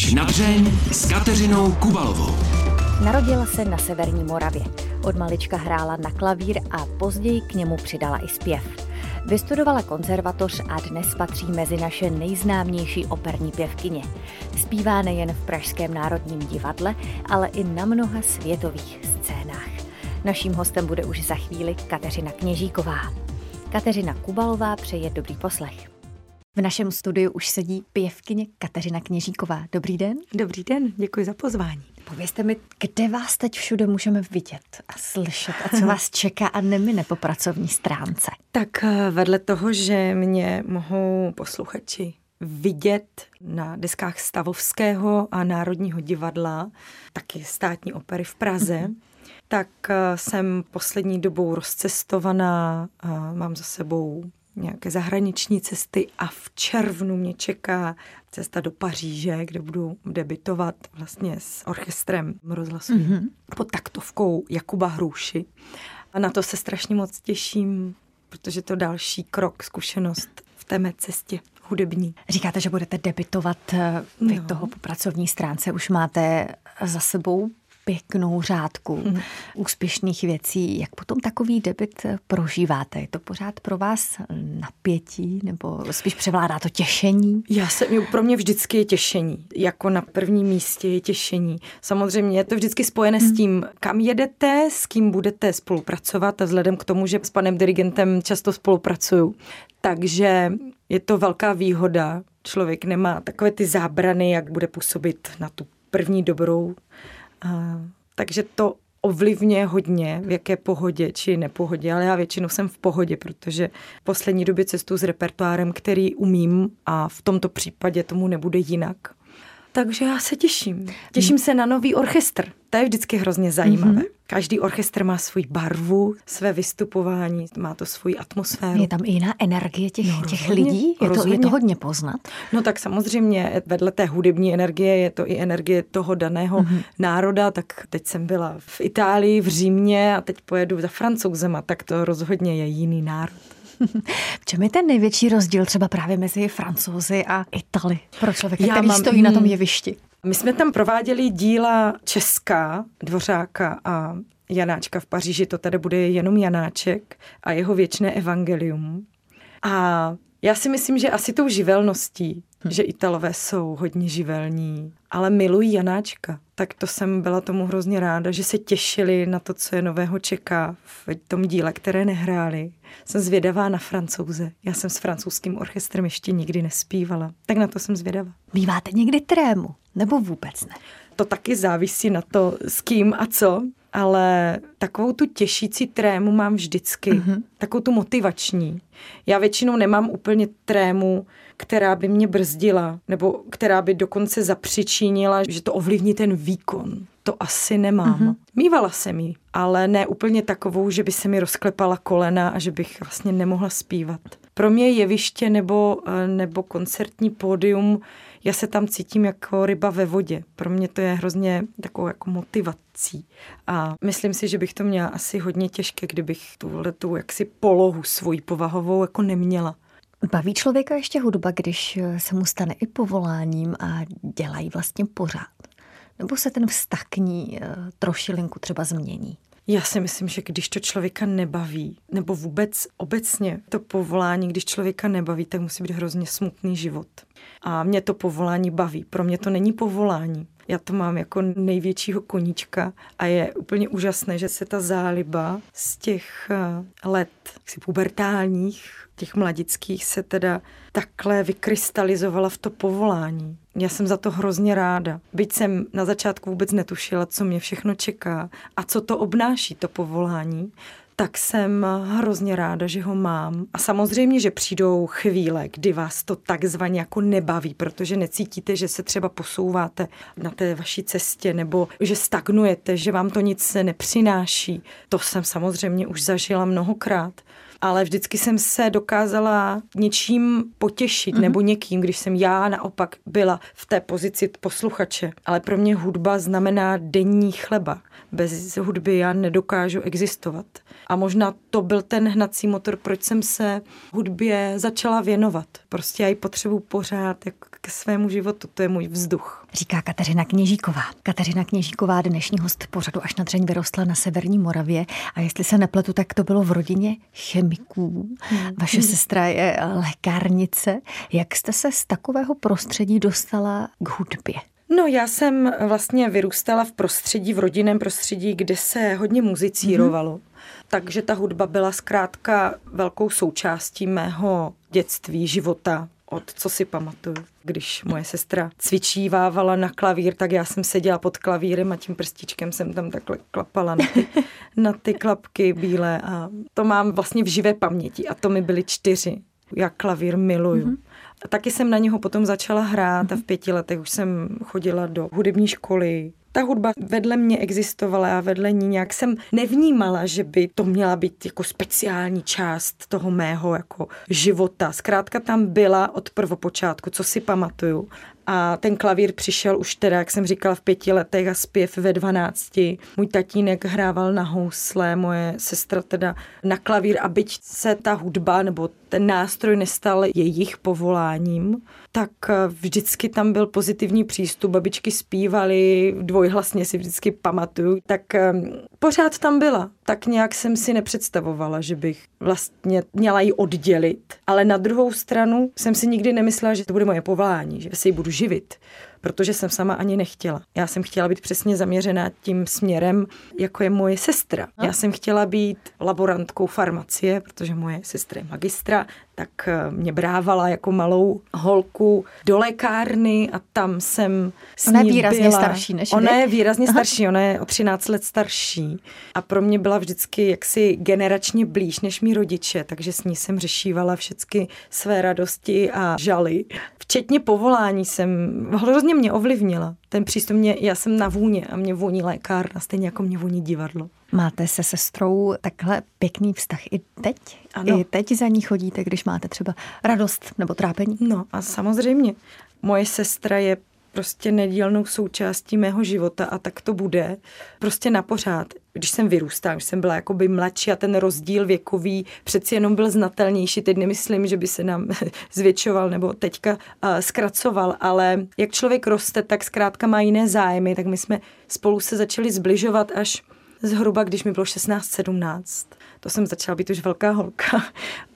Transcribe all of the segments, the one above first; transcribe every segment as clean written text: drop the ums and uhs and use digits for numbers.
Až na dřeň s Kateřinou Kubalovou. Narodila se na severní Moravě. Od malička hrála na klavír a později k němu přidala i zpěv. Vystudovala konzervatoř a dnes patří mezi naše nejznámější operní pěvkyně. Zpívá nejen v Pražském národním divadle, ale i na mnoha světových scénách. Naším hostem bude už za chvíli Kateřina Kněžíková. Kateřina Kubalová přeje dobrý poslech. V našem studiu už sedí pěvkyně Kateřina Kněžíková. Dobrý den. Dobrý den, děkuji za pozvání. Povězte mi, kde vás teď všude můžeme vidět a slyšet a co vás čeká a nemine po pracovní stránce? Tak vedle toho, že mě mohou posluchači vidět na deskách Stavovského a Národního divadla, taky Státní opery v Praze, tak jsem poslední dobou rozcestovaná, mám za sebou nějaké zahraniční cesty a v červnu mě čeká cesta do Paříže, kde budu debitovat vlastně s orchestrem rozhlasu pod taktovkou Jakuba Hruši. A na to se strašně moc těším, protože to další krok, zkušenost v té mé cestě hudební. Říkáte, že budete debitovat vy toho po pracovní stránce. Už máte za sebou pěknou řádku úspěšných věcí. Jak potom takový debut prožíváte? Je to pořád pro vás napětí nebo spíš převládá to těšení? Pro mě vždycky je těšení. Jako na prvním místě je těšení. Samozřejmě je to vždycky spojené s tím, kam jedete, s kým budete spolupracovat a vzhledem k tomu, že s panem dirigentem často spolupracuju. Takže je to velká výhoda. Člověk nemá takové ty zábrany, jak bude působit na tu první dobrou. Takže to ovlivňuje hodně, v jaké pohodě či nepohodě, ale já většinou jsem v pohodě, protože v poslední době cestuji s repertoárem, který umím a v tomto případě tomu nebude jinak. Takže já se těším. Těším se na nový orchestr. To je vždycky hrozně zajímavé. Každý orchestr má svou barvu, své vystupování, má to svou atmosféru. Je tam i jiná energie těch lidí? Je to hodně poznat? No tak samozřejmě vedle té hudební energie je to i energie toho daného národa. Tak teď jsem byla v Itálii, v Římě a teď pojedu za Francouzema, tak to rozhodně je jiný národ. V čem je ten největší rozdíl třeba právě mezi Francouzi a Italy pro člověka, který stojí na tom jevišti? My jsme tam prováděli díla česká, Dvořáka a Janáčka v Paříži, to tady bude jenom Janáček a jeho věčné evangelium. A já si myslím, že asi tou živelností, že Italové jsou hodně živelní, ale milují Janáčka. Tak to jsem byla tomu hrozně ráda, že se těšili na to, co je nového čeká v tom díle, které nehráli. Jsem zvědavá na Francouze. Já jsem s francouzským orchestrem ještě nikdy nespívala. Tak na to jsem zvědavá. Míváte někdy trému? Nebo vůbec ne? To taky závisí na to, s kým a co, ale takovou tu těšící trému mám vždycky. Takovou tu motivační. Já většinou nemám úplně trému, která by mě brzdila, nebo která by dokonce zapřičinila, že to ovlivní ten výkon. To asi nemám. Mívala jsem ji, ale ne úplně takovou, že by se mi rozklepala kolena a že bych vlastně nemohla zpívat. Pro mě jeviště nebo koncertní pódium, já se tam cítím jako ryba ve vodě. Pro mě to je hrozně takovou jako motivací. A myslím si, že bych to měla asi hodně těžké, kdybych tuhletu jaksi polohu svojí povahovou jako neměla. Baví člověka ještě hudba, když se mu stane i povoláním a dělají vlastně pořád? Nebo se ten vztah k ní trošilinku třeba změní? Já si myslím, že když to člověka nebaví, nebo vůbec obecně to povolání, když člověka nebaví, tak musí být hrozně smutný život. A mě to povolání baví. Pro mě to není povolání. Já to mám jako největšího koníčka a je úplně úžasné, že se ta záliba z těch let pubertálních, těch mladických se teda takhle vykrystalizovala v to povolání. Já jsem za to hrozně ráda. Byť jsem na začátku vůbec netušila, co mě všechno čeká a co to obnáší, to povolání, tak jsem hrozně ráda, že ho mám. A samozřejmě, že přijdou chvíle, kdy vás to takzvaně jako nebaví, protože necítíte, že se třeba posouváte na té vaší cestě nebo že stagnujete, že vám to nic nepřináší. To jsem samozřejmě už zažila mnohokrát. ale vždycky jsem se dokázala něčím potěšit nebo někým, když jsem já naopak byla v té pozici posluchače. Ale pro mě hudba znamená denní chleba. Bez hudby já nedokážu existovat. A možná to byl ten hnací motor, proč jsem se hudbě začala věnovat. Prostě já ji potřebuji pořád jako ke svému životu, to je můj vzduch. Říká Kateřina Kněžíková. Kateřina Kněžíková, dnešní host pořadu Až na dřeň, vyrostla na severní Moravě a jestli se nepletu, tak to bylo v rodině chemiků. Vaše sestra je lékárnice. Jak jste se z takového prostředí dostala k hudbě? No, já jsem vlastně vyrůstala v rodinném prostředí, kde se hodně muzicírovalo. Takže ta hudba byla zkrátka velkou součástí mého dětství, života, od co si pamatuju. Když moje sestra cvičívávala na klavír, tak já jsem seděla pod klavírem a tím prstíčkem jsem tam takhle klapala na ty klapky bílé. A to mám vlastně v živé paměti a to mi byly 4. Já klavír miluju. A taky jsem na něho potom začala hrát a v 5 letech už jsem chodila do hudební školy. Ta hudba vedle mě existovala a vedle ní nějak jsem nevnímala, že by to měla být jako speciální část toho mého jako života. Zkrátka tam byla od prvopočátku, co si pamatuju. A ten klavír přišel už teda, jak jsem říkala, v 5 letech a zpěv ve 12. Můj tatínek hrával na housle, moje sestra teda na klavír a byť se ta hudba nebo ten nástroj nestal jejich povoláním, tak vždycky tam byl pozitivní přístup, babičky zpívaly, dvojhlasně si vždycky pamatuju, tak pořád tam byla. Tak nějak jsem si nepředstavovala, že bych vlastně měla ji oddělit, ale na druhou stranu jsem si nikdy nemyslela, že to bude moje povolání, že se jí budu živit, protože jsem sama ani nechtěla. Já jsem chtěla být přesně zaměřená tím směrem, jako je moje sestra. Já jsem chtěla být laborantkou farmacie, protože moje sestra je magistra, tak mě brávala jako malou holku do lékárny a tam jsem s ní byla. Ona je výrazně starší než vy? Ona je výrazně starší, ona je o 13 let starší. A pro mě byla vždycky jaksi generačně blíž než mý rodiče, takže s ní jsem řešívala všechny své radosti a žaly. Včetně povolání hrozně mě ovlivnila. Ten přístup já jsem na vůně a mě voní lékárna, stejně jako mě voní divadlo. Máte se sestrou takhle pěkný vztah i teď? Ano. I teď za ní chodíte, když máte třeba radost nebo trápení? No a samozřejmě. Moje sestra je prostě nedílnou součástí mého života a tak to bude prostě na pořád. Když jsem vyrůstala, když jsem byla jakoby mladší a ten rozdíl věkový přeci jenom byl znatelnější. Teď nemyslím, že by se nám zvětšoval nebo teďka zkracoval, ale jak člověk roste, tak zkrátka má jiné zájmy, tak my jsme spolu se začali zbližovat až zhruba, když mi bylo 16-17. To jsem začala být už velká holka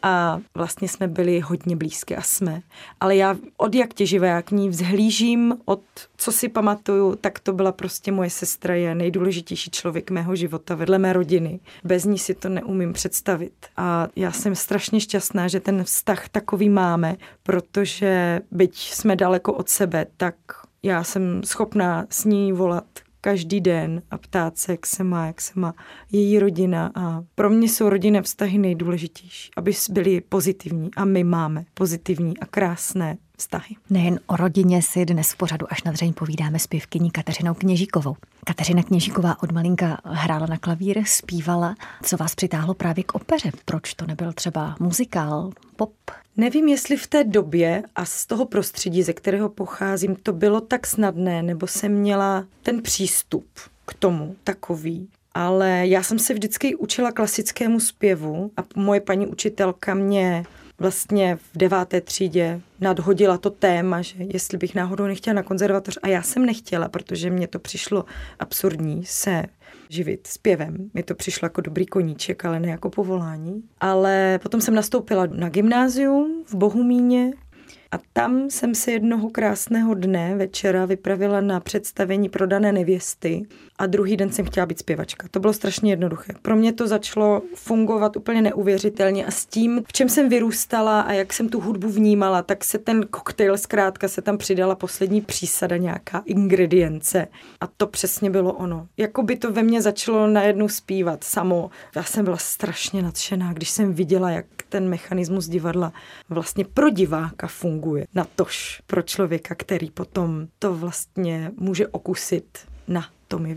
a vlastně jsme byli hodně blízké a jsme. Ale já od jak těživé, já k ní vzhlížím, od co si pamatuju, tak to byla prostě moje sestra, je nejdůležitější člověk mého života vedle mé rodiny. Bez ní si to neumím představit. A já jsem strašně šťastná, že ten vztah takový máme, protože byť jsme daleko od sebe, tak já jsem schopná s ní volat každý den a ptát se, jak se má její rodina. A pro mě jsou rodinné vztahy nejdůležitější, aby byly pozitivní. A my máme pozitivní a krásné vztahy. Nejen o rodině si dnes v pořadu Až na dřeň povídáme s pěvkyní Kateřinou Kněžíkovou. Kateřina Kněžíková od malinka hrála na klavír, zpívala. Co vás přitáhlo právě k opeře? Proč to nebyl třeba muzikál, pop? Nevím, jestli v té době a z toho prostředí, ze kterého pocházím, to bylo tak snadné, nebo jsem měla ten přístup k tomu takový. Ale já jsem se vždycky učila klasickému zpěvu a moje paní učitelka mě vlastně v 9. třídě nadhodila to téma, že jestli bych náhodou nechtěla na konzervatoř. A já jsem nechtěla, protože mně to přišlo absurdní se živit zpěvem. Mi to přišlo jako dobrý koníček, ale ne jako povolání. Ale potom jsem nastoupila na gymnázium v Bohumíně a tam jsem se jednoho krásného dne večera vypravila na představení Prodané nevěsty a druhý den jsem chtěla být zpěvačka. To bylo strašně jednoduché. Pro mě to začalo fungovat úplně neuvěřitelně a s tím, v čem jsem vyrůstala a jak jsem tu hudbu vnímala, tak se ten koktejl zkrátka se tam přidala poslední přísada, nějaká ingredience a to přesně bylo ono. Jakoby to ve mně začalo najednou zpívat samo. Já jsem byla strašně nadšená, když jsem viděla, jak ten mechanismus divadla vlastně pro diváka funguje. Natož pro člověka, který potom to vlastně může okusit na tom jevišti.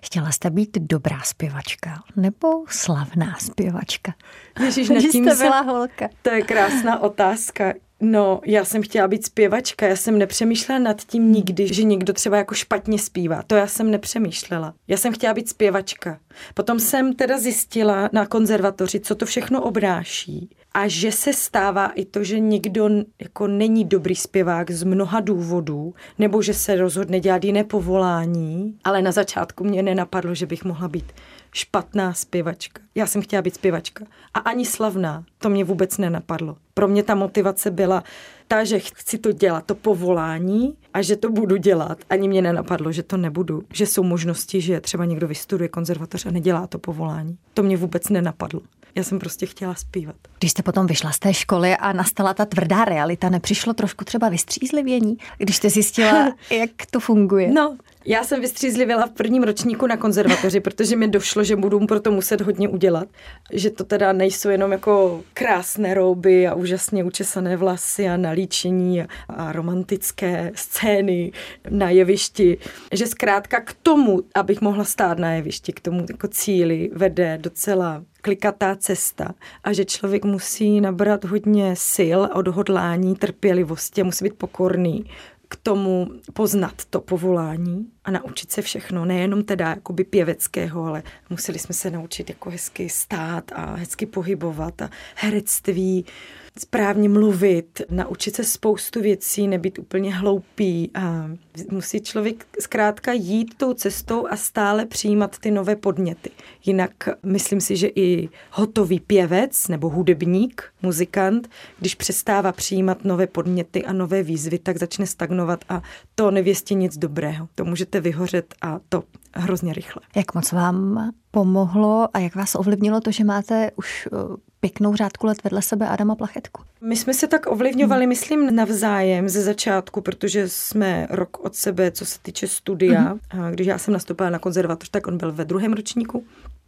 Chtěla jste být dobrá zpěvačka nebo slavná zpěvačka? Ježiš, nad tím jste byla holka. To je krásná otázka. No, já jsem chtěla být zpěvačka, já jsem nepřemýšlela nad tím nikdy, že někdo třeba jako špatně zpívá. To já jsem nepřemýšlela. Já jsem chtěla být zpěvačka. Potom jsem teda zjistila na konzervatoři, co to všechno obnáší. A že se stává i to, že někdo jako není dobrý zpěvák z mnoha důvodů, nebo že se rozhodne dělat jiné povolání, ale na začátku mě nenapadlo, že bych mohla být špatná zpěvačka. Já jsem chtěla být zpěvačka. A ani slavná. To mě vůbec nenapadlo. Pro mě ta motivace byla ta, že chci to dělat, to povolání a že to budu dělat. Ani mě nenapadlo, že to nebudu. Že jsou možnosti, že třeba někdo vystuduje konzervatoř a nedělá to povolání. To mě vůbec nenapadlo. Já jsem prostě chtěla zpívat. Když jste potom vyšla z té školy a nastala ta tvrdá realita, nepřišlo trošku třeba vystřízlivění, když jste zjistila, jak to funguje? No, já jsem vystřízlivěla v prvním ročníku na konzervatoři, protože mi došlo, že budu pro to muset hodně udělat. Že to teda nejsou jenom jako krásné rouby a úžasně učesané vlasy a nalíčení a romantické scény na jevišti. Že zkrátka k tomu, abych mohla stát na jevišti, k tomu jako cíli vede docela klikatá cesta a že člověk musí nabrat hodně sil, odhodlání, trpělivosti a musí být pokorný k tomu poznat to povolání a naučit se všechno, nejenom teda jakoby pěveckého, ale museli jsme se naučit jako hezky stát a hezky pohybovat a herectví, správně mluvit, naučit se spoustu věcí, nebýt úplně hloupý a musí člověk zkrátka jít tou cestou a stále přijímat ty nové podněty. Jinak myslím si, že i hotový pěvec nebo hudebník, muzikant, když přestává přijímat nové podněty a nové výzvy, tak začne stagnovat a to nevěstí nic dobrého. To můžete vyhořet a to hrozně rychle. Jak moc vám pomohlo a jak vás ovlivnilo to, že máte už pěknou řádku let vedle sebe Adama Plachetku? My jsme se tak ovlivňovali, myslím, navzájem ze začátku, protože jsme rok od sebe, co se týče studia. A když já jsem nastoupila na konzervatoř, tak on byl ve 2. ročníku.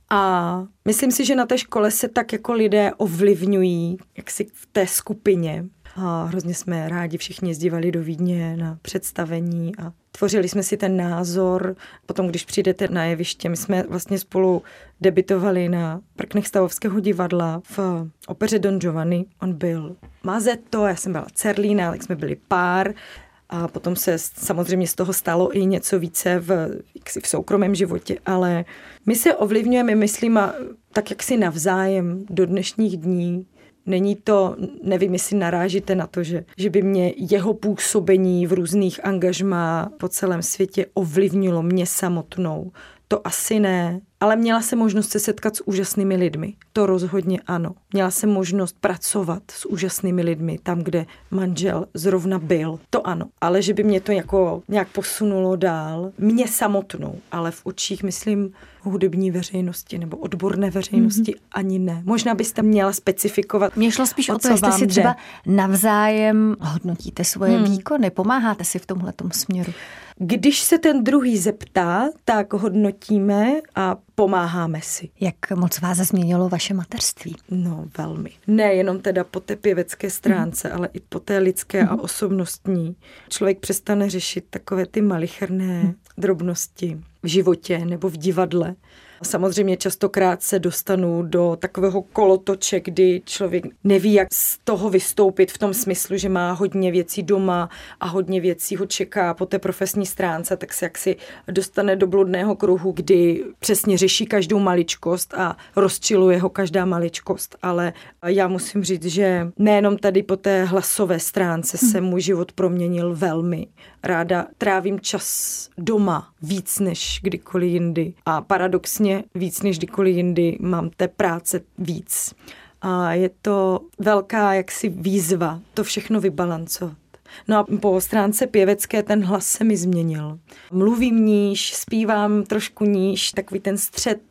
A myslím si, že na té škole se tak jako lidé ovlivňují, jak si v té skupině. A hrozně jsme rádi všichni jezdívali do Vídně na představení a tvořili jsme si ten názor. Potom, když přijdete na jeviště, my jsme vlastně spolu debutovali na prknech Stavovského divadla v opeře Don Giovanni. On byl Mazetto, já jsem byla Cerlína, tak jsme byli pár. A potom se samozřejmě z toho stalo i něco více v soukromém životě. Ale my se ovlivňujeme, myslím, a tak jak si navzájem do dnešních dní. Není to, nevím, jestli narážíte na to, že by mě jeho působení v různých angažmá po celém světě ovlivnilo mě samotnou. To asi ne, ale měla jsem možnost se setkat s úžasnými lidmi. To rozhodně ano. Měla jsem možnost pracovat s úžasnými lidmi tam, kde manžel zrovna byl. To ano, ale že by mě to jako nějak posunulo dál. Mě samotnou, ale v očích, myslím, hudební veřejnosti nebo odborné veřejnosti ani ne. Možná byste měla specifikovat. Mně šlo spíš o to, jestli si třeba navzájem hodnotíte svoje výkony, pomáháte si v tomhletom směru. Když se ten druhý zeptá, tak hodnotíme a pomáháme si. Jak moc vás změnilo vaše mateřství? No, velmi. Nejenom teda po té pěvecké stránce, ale i po té lidské a osobnostní. Člověk přestane řešit takové ty malicherné drobnosti v životě nebo v divadle. Samozřejmě častokrát se dostanu do takového kolotoče, kdy člověk neví, jak z toho vystoupit v tom smyslu, že má hodně věcí doma a hodně věcí ho čeká po té profesní stránce, tak se jaksi dostane do bludného kruhu, kdy přesně řeší každou maličkost a rozčiluje ho každá maličkost. Ale já musím říct, že nejenom tady po té hlasové stránce se můj život proměnil velmi. Ráda trávím čas doma víc než kdykoliv jindy. A paradoxně víc než kdykoliv jindy mám té práce víc. A je to velká jaksi výzva to všechno vybalancovat. No a po stránce pěvecké ten hlas se mi změnil. Mluvím níž, zpívám trošku níž, takový ten střed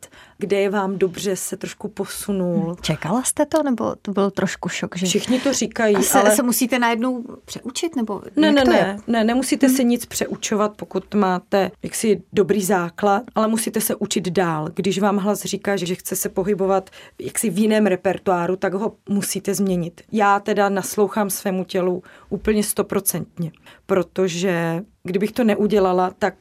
kde je vám dobře, se trošku posunul. Čekala jste to, nebo to byl trošku šok? Že... Všichni to říkají, ale se musíte najednou přeučit, nebo Ne, nemusíte se nic přeučovat, pokud máte jaksi dobrý základ, ale musíte se učit dál. Když vám hlas říká, že chce se pohybovat jaksi v jiném repertoáru, tak ho musíte změnit. Já teda naslouchám svému tělu úplně 100%, protože kdybych to neudělala, tak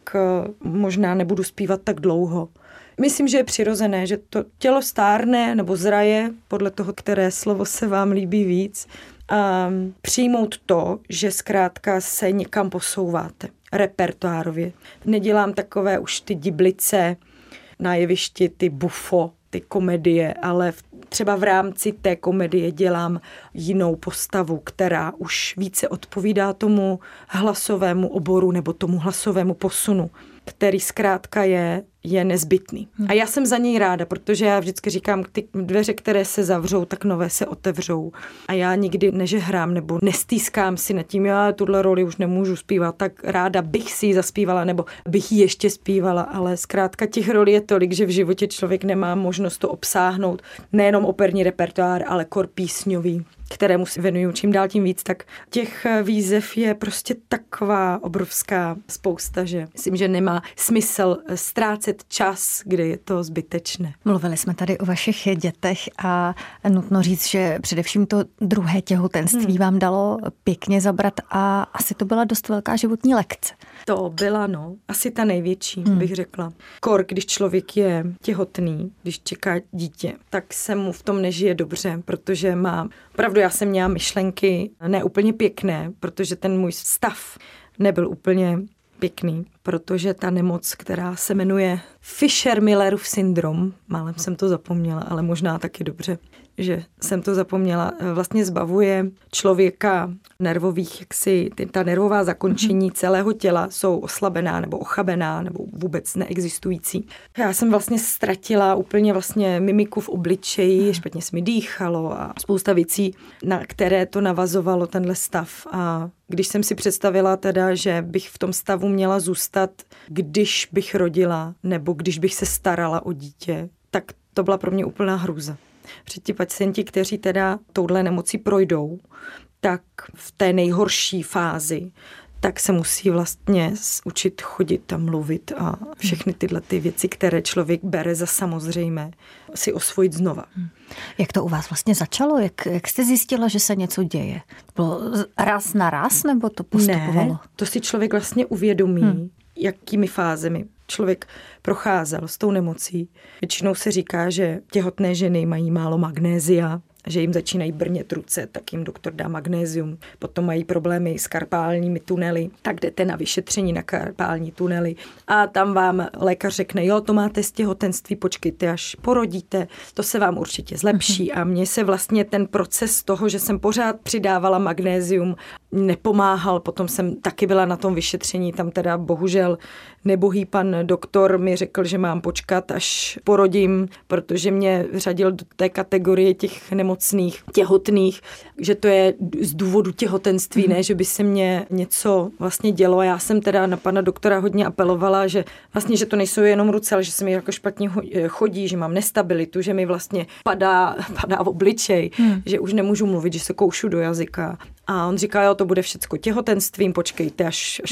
možná nebudu zpívat tak dlouho. Myslím, že je přirozené, že to tělo stárne nebo zraje, podle toho, které slovo se vám líbí víc, a přijmout to, že zkrátka se někam posouváte repertoárově. Nedělám takové už ty diblice na jevišti, ty bufo, ty komedie, ale třeba v rámci té komedie dělám jinou postavu, která už více odpovídá tomu hlasovému oboru nebo tomu hlasovému posunu, který zkrátka je nezbytný. A já jsem za něj ráda, protože já vždycky říkám, ty dveře, které se zavřou, tak nové se otevřou. A já nikdy nežehrám nebo nestýskám si nad tím, já tuhle roli už nemůžu zpívat, tak ráda bych si ji zaspívala nebo bych ji ještě zpívala, ale zkrátka těch rolí je tolik, že v životě člověk nemá možnost to obsáhnout. Nejenom operní repertoár, ale kor písňový, kterému si věnuju čím dál tím víc, tak těch výzev je prostě taková obrovská spousta, že myslím, že nemá smysl ztrácet čas, kde je to zbytečné. Mluvili jsme tady o vašich dětech a nutno říct, že především to druhé těhotenství vám dalo pěkně zabrat a asi to byla dost velká životní lekce. To byla, asi ta největší, bych řekla. Kor, když člověk je těhotný, když čeká dítě, tak se mu v tom nežije dobře, protože má, opravdu já jsem měla myšlenky neúplně pěkné, protože ten můj stav nebyl úplně pěkný, protože ta nemoc, která se jmenuje Fischer-Millerův syndrom, málem jsem to zapomněla, ale možná taky dobře, že jsem to zapomněla, vlastně zbavuje člověka nervových, ta nervová zakončení celého těla jsou oslabená nebo ochabená nebo vůbec neexistující. Já jsem vlastně ztratila úplně vlastně mimiku v obličeji, špatně se mi dýchalo a spousta věcí, na které to navazovalo tenhle stav. A když jsem si představila teda, že bych v tom stavu měla zůstat, když bych rodila nebo když bych se starala o dítě, tak to byla pro mě úplná hrůza. Protože ti pacienti, kteří teda touhle nemocí projdou, tak v té nejhorší fázi, tak se musí vlastně učit chodit a mluvit a všechny tyhle ty věci, které člověk bere za samozřejmé, si osvojit znova. Jak to u vás vlastně začalo? Jak jste zjistila, že se něco děje? Bylo raz na raz, nebo to postupovalo? Ne, to si člověk vlastně uvědomí, jakými fázemi člověk procházel s tou nemocí. Většinou se říká, že těhotné ženy mají málo magnézia, že jim začínají brnět ruce, tak jim doktor dá magnézium. Potom mají problémy s karpálními tunely, tak jdete na vyšetření na karpální tunely a tam vám lékař řekne, jo, to máte z těhotenství, počkejte, až porodíte, to se vám určitě zlepší. A mně se vlastně ten proces toho, že jsem pořád přidávala magnézium, nepomáhal. Potom jsem taky byla na tom vyšetření, tam teda bohužel nebohý pan doktor mi řekl, že mám počkat, až porodím, protože mě řadil do té kategorie těch nemocných, těhotných, že to je z důvodu těhotenství, ne, že by se mě něco vlastně dělo. A já jsem teda na pana doktora hodně apelovala, že vlastně, že to nejsou jenom ruce, ale že se mi jako špatně chodí, že mám nestabilitu, že mi vlastně padá v obličej, že už nemůžu mluvit, že se koušu do jazyka. A on říká, jo, to bude všecko těhotenstvím, počkejte,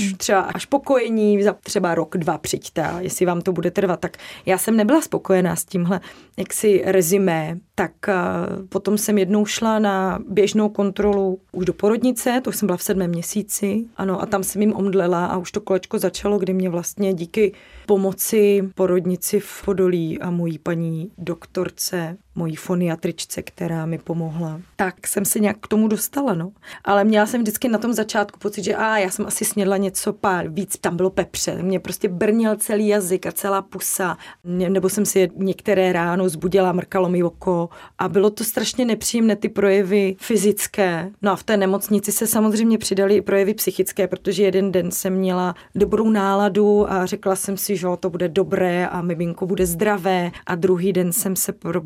až pokojení, za třeba rok, 2 přijďte, a jestli vám to bude trvat. Tak já jsem nebyla spokojená s tímhle jaksi rezimé, tak potom jsem jednou šla na běžnou kontrolu už do porodnice, to jsem byla v 7. měsíci, ano, a tam jsem jim omdlela a už to kolečko začalo, kdy mě vlastně díky pomoci porodnici v Podolí a mojí paní doktorce, mojí foniatričce, která mi pomohla, tak jsem se nějak k tomu dostala, no. Ale měla jsem vždycky na tom začátku pocit, že já jsem asi snědla něco víc, tam bylo pepře, mě prostě brněl celý jazyk a celá pusa, nebo jsem si některé ráno zbudila, mrkalo mi oko a bylo to strašně nepříjemné, ty projevy fyzické. No a v té nemocnici se samozřejmě přidaly i projevy psychické, protože jeden den jsem měla dobrou náladu a řekla jsem si, že to bude dobré a miminko bude zdravé, a druhý den jsem se probudila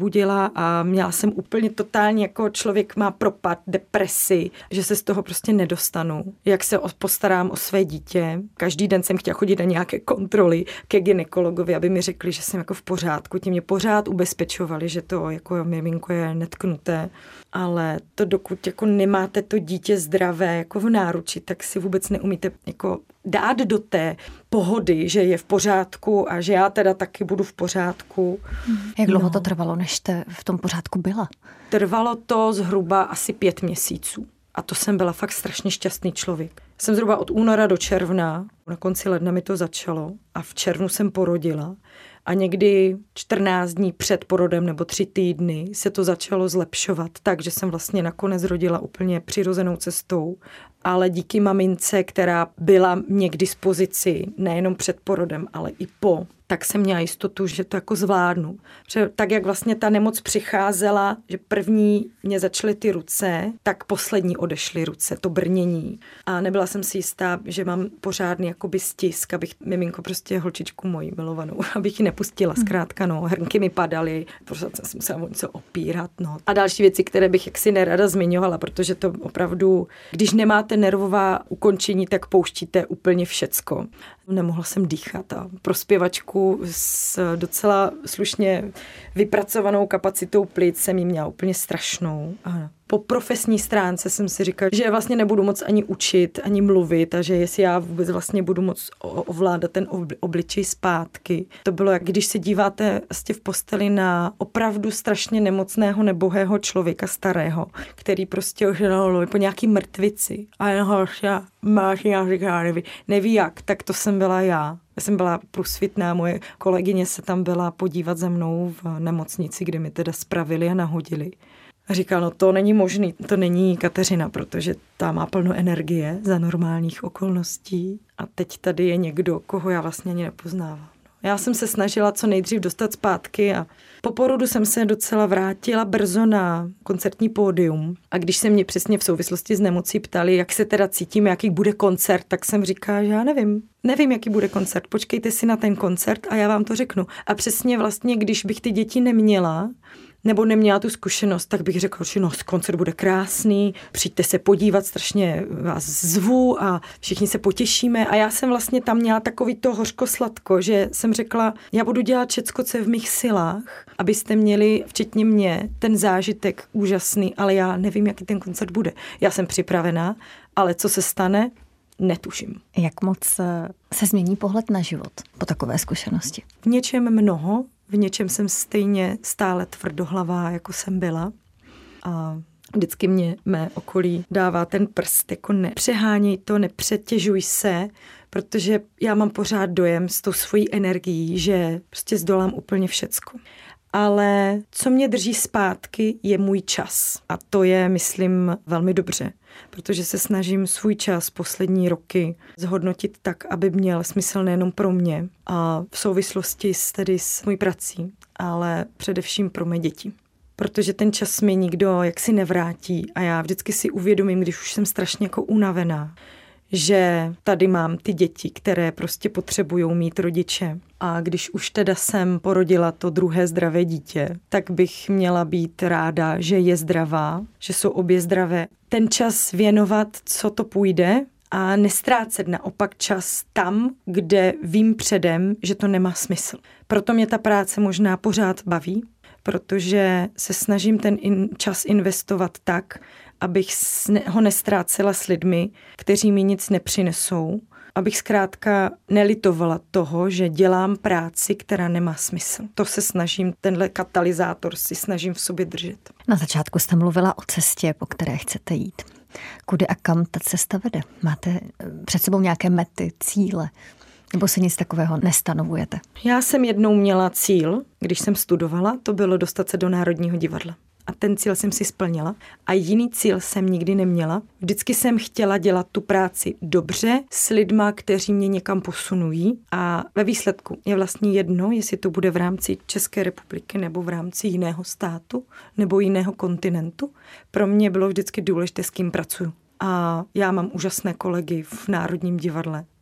nemohla a měla jsem úplně totálně, jako člověk má propad, depresi, že se z toho prostě nedostanu. Jak se postarám o své dítě. Každý den jsem chtěla chodit na nějaké kontroly ke gynekologovi, aby mi řekli, že jsem jako v pořádku. Ti mě pořád ubezpečovali, že to jako miminko je netknuté. Ale to dokud jako nemáte to dítě zdravé jako v náruči, tak si vůbec neumíte jako dát do té pohody, že je v pořádku a že já teda taky budu v pořádku. Jak dlouho to trvalo, než jste v tom pořádku byla? Trvalo to zhruba asi 5 měsíců. A to jsem byla fakt strašně šťastný člověk. Jsem zhruba od února do června, na konci ledna mi to začalo a v červnu jsem porodila. A někdy 14 dní před porodem nebo 3 týdny se to začalo zlepšovat, takže jsem vlastně nakonec rodila úplně přirozenou cestou. Ale díky mamince, která byla mě k dispozici nejenom před porodem, ale i po, tak jsem měla jistotu, že to jako zvládnu. Protože tak, jak vlastně ta nemoc přicházela, že první mě začaly ty ruce, tak poslední odešly ruce, to brnění. A nebyla jsem si jistá, že mám pořádný jakoby stisk, abych miminko prostě holčičku moji milovanou, abych ji nepustila zkrátka, no, hrnky mi padaly, prostě jsem se musela o něco opírat, no. A další věci, které bych jaksi nerada zmiňovala, protože to opravdu, když nemáte nervová ukončení, tak pouštíte úplně všecko. Nemohla jsem dýchat a pro zpěvačku s docela slušně vypracovanou kapacitou plic jsem jí měla úplně strašnou. A po profesní stránce jsem si říkala, že vlastně nebudu moc ani učit, ani mluvit a že jestli já vůbec vlastně budu moc ovládat ten obličej zpátky. To bylo, jak když se díváte vlastně v posteli na opravdu strašně nemocného, nebohého člověka starého, který prostě už po nějaký mrtvici a jenom neví jak, tak to jsem byla já. Já jsem byla průsvitná, moje kolegyně se tam byla podívat za mnou v nemocnici, kde mi teda spravili a nahodili. A říkal, no to není možný, to není Kateřina, protože ta má plno energie za normálních okolností a teď tady je někdo, koho já vlastně ani nepoznávám. Já jsem se snažila co nejdřív dostat zpátky a po porodu jsem se docela vrátila brzo na koncertní pódium. A když se mě přesně v souvislosti s nemocí ptali, jak se teda cítím, jaký bude koncert, tak jsem říkala, že já nevím. Nevím, jaký bude koncert. Počkejte si na ten koncert a já vám to řeknu. A přesně vlastně, když bych ty děti neměla, nebo neměla tu zkušenost, tak bych řekla, že no, koncert bude krásný, přijďte se podívat, strašně vás zvu a všichni se potěšíme. A já jsem vlastně tam měla takový to hořko-sladko, že jsem řekla, já budu dělat všecko, co je v mých silách, abyste měli, včetně mě, ten zážitek úžasný, ale já nevím, jaký ten koncert bude. Já jsem připravená, ale co se stane, netuším. Jak moc se změní pohled na život po takové zkušenosti? V něčem mnoho, v něčem jsem stejně stále tvrdohlavá, jako jsem byla. A vždycky mě mé okolí dává ten prst, jako nepřeháněj to, nepřetěžuj se, protože já mám pořád dojem s tou svojí energií, že prostě zdolám úplně všecko. Ale co mě drží zpátky, je můj čas. A to je, myslím, velmi dobře, protože se snažím svůj čas poslední roky zhodnotit tak, aby měl smysl nejenom pro mě a v souvislosti s mojí prací, ale především pro mé děti. Protože ten čas mi nikdo jaksi nevrátí a já vždycky si uvědomím, když už jsem strašně jako unavená, že tady mám ty děti, které prostě potřebujou mít rodiče. A když už teda jsem porodila to druhé zdravé dítě, tak bych měla být ráda, že je zdravá, že jsou obě zdravé. Ten čas věnovat, co to půjde a nestrácet naopak čas tam, kde vím předem, že to nemá smysl. Proto mě ta práce možná pořád baví, protože se snažím ten čas investovat tak, abych ho nestrácela s lidmi, kteří mi nic nepřinesou, abych zkrátka nelitovala toho, že dělám práci, která nemá smysl. To se snažím, tenhle katalyzátor si snažím v sobě držet. Na začátku jste mluvila o cestě, po které chcete jít. Kudy a kam ta cesta vede? Máte před sebou nějaké mety, cíle? Nebo si nic takového nestanovujete? Já jsem jednou měla cíl, když jsem studovala, to bylo dostat se do Národního divadla. A ten cíl jsem si splnila. A jiný cíl jsem nikdy neměla. Vždycky jsem chtěla dělat tu práci dobře s lidma, kteří mě někam posunují. A ve výsledku je vlastně jedno, jestli to bude v rámci České republiky nebo v rámci jiného státu nebo jiného kontinentu. Pro mě bylo vždycky důležité, s kým pracuju. A já mám úžasné kolegy v Národním divadle.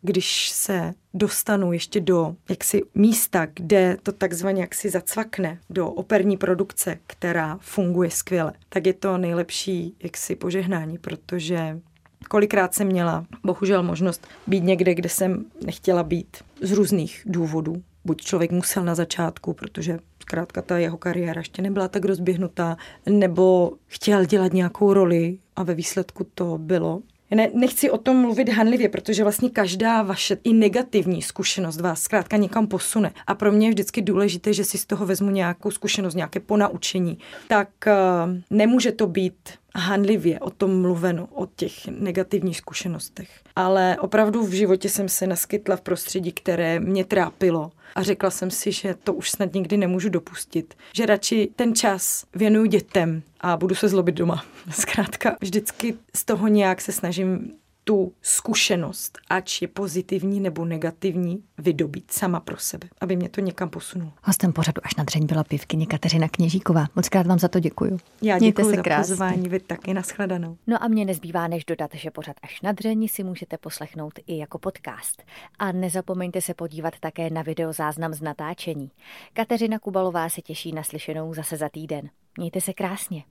když se dostanu ještě do jaksi místa, kde to takzvaně jaksi zacvakne do operní produkce, která funguje skvěle, tak je to nejlepší jaksi požehnání, protože kolikrát jsem měla bohužel možnost být někde, kde jsem nechtěla být z různých důvodů. Buď člověk musel na začátku, protože zkrátka ta jeho kariéra ještě nebyla tak rozběhnutá, nebo chtěl dělat nějakou roli a ve výsledku to bylo. Nechci o tom mluvit hanlivě, protože vlastně každá vaše i negativní zkušenost vás zkrátka někam posune. A pro mě je vždycky důležité, že si z toho vezmu nějakou zkušenost, nějaké ponaučení. Tak nemůže to být hanlivě o tom mluveno, o těch negativních zkušenostech. Ale opravdu v životě jsem se naskytla v prostředí, které mě trápilo. A řekla jsem si, že to už snad nikdy nemůžu dopustit. Že radši ten čas věnuju dětem a budu se zlobit doma. Zkrátka vždycky z toho nějak se snažím tu zkušenost, ač je pozitivní nebo negativní, vydobít sama pro sebe, aby mě to někam posunulo. Hostem pořadu Až na dřeň byla pěvkyně Kateřina Kněžíková. Mockrát vám za to děkuju. Já děkuji za pozvání, vy taky, nashledanou. No a mě nezbývá než dodat, že pořad Až na dřeň si můžete poslechnout i jako podcast. A nezapomeňte se podívat také na videozáznam z natáčení. Kateřina Kubalová se těší na slyšenou zase za týden. Mějte se krásně.